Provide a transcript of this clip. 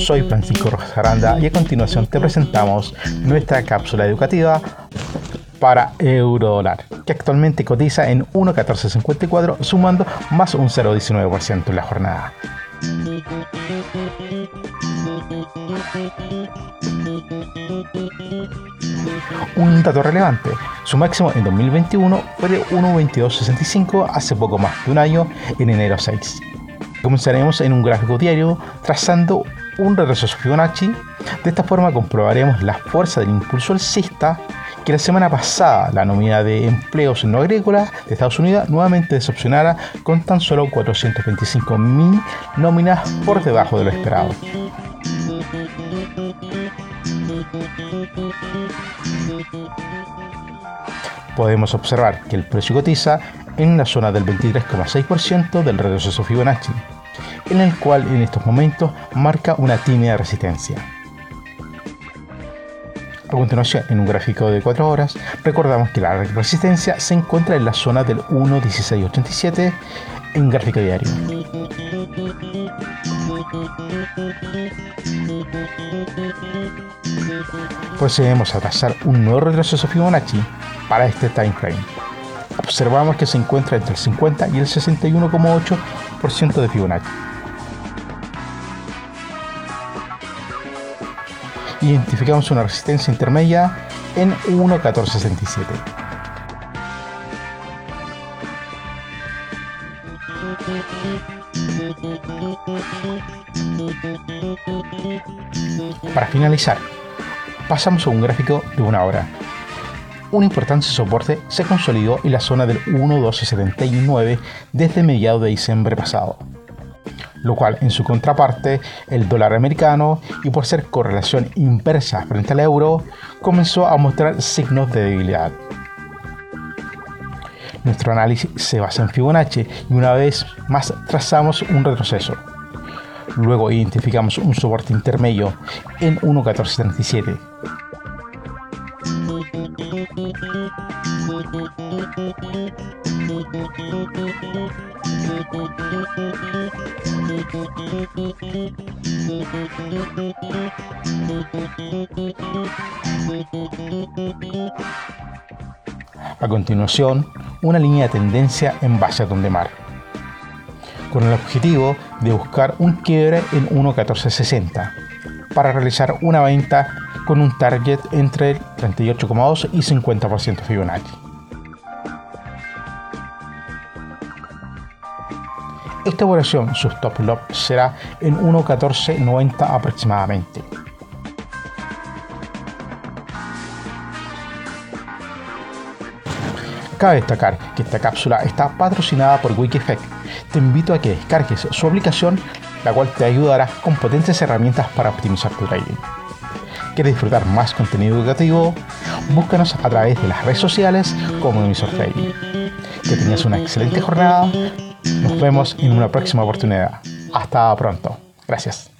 soy Francisco Rojas Aranda y a continuación te presentamos nuestra cápsula educativa para eurodólar, que actualmente cotiza en 1.1454, sumando más un 0,19% en la jornada. Un dato relevante, su máximo en 2021 fue de 1.2265 hace poco más de un año, en enero 6. Comenzaremos en un gráfico diario trazando un retroceso Fibonacci. De esta forma comprobaremos la fuerza del impulso alcista que la semana pasada la nómina de empleos no agrícolas de Estados Unidos nuevamente decepcionara con tan solo 425.000 nóminas por debajo de lo esperado. Podemos observar que el precio cotiza en la zona del 23,6% del retroceso Fibonacci, en el cual en estos momentos marca una tímida resistencia. A continuación, en un gráfico de 4 horas, recordamos que la resistencia se encuentra en la zona del 1.1687 en gráfico diario. Procedemos a trazar un nuevo retroceso Fibonacci para este time frame. Observamos que se encuentra entre el 50 y el 61,8% de Fibonacci. Identificamos una resistencia intermedia en 1.1467. Para finalizar, pasamos a un gráfico de una hora. Un importante soporte se consolidó en la zona del 1.1279 desde mediados de diciembre pasado, lo cual en su contraparte, el dólar americano, y por ser correlación inversa frente al euro, comenzó a mostrar signos de debilidad. Nuestro análisis se basa en Fibonacci y una vez más trazamos un retroceso. Luego identificamos un soporte intermedio en 1.1437. A continuación, una línea de tendencia en base a donde mar, con el objetivo de buscar un quiebre en 1.1460 para realizar una venta con un target entre el 38,2 y 50% Fibonacci. Esta operación, su stop loss será en 1.1490 aproximadamente. Cabe destacar que esta cápsula está patrocinada por Wikifect. Te invito a que descargues su aplicación, la cual te ayudará con potentes herramientas para optimizar tu trading. ¿Quieres disfrutar más contenido educativo? Búscanos a través de las redes sociales como Emisor Trading. Que tengas una excelente jornada. Nos vemos en una próxima oportunidad. Hasta pronto. Gracias.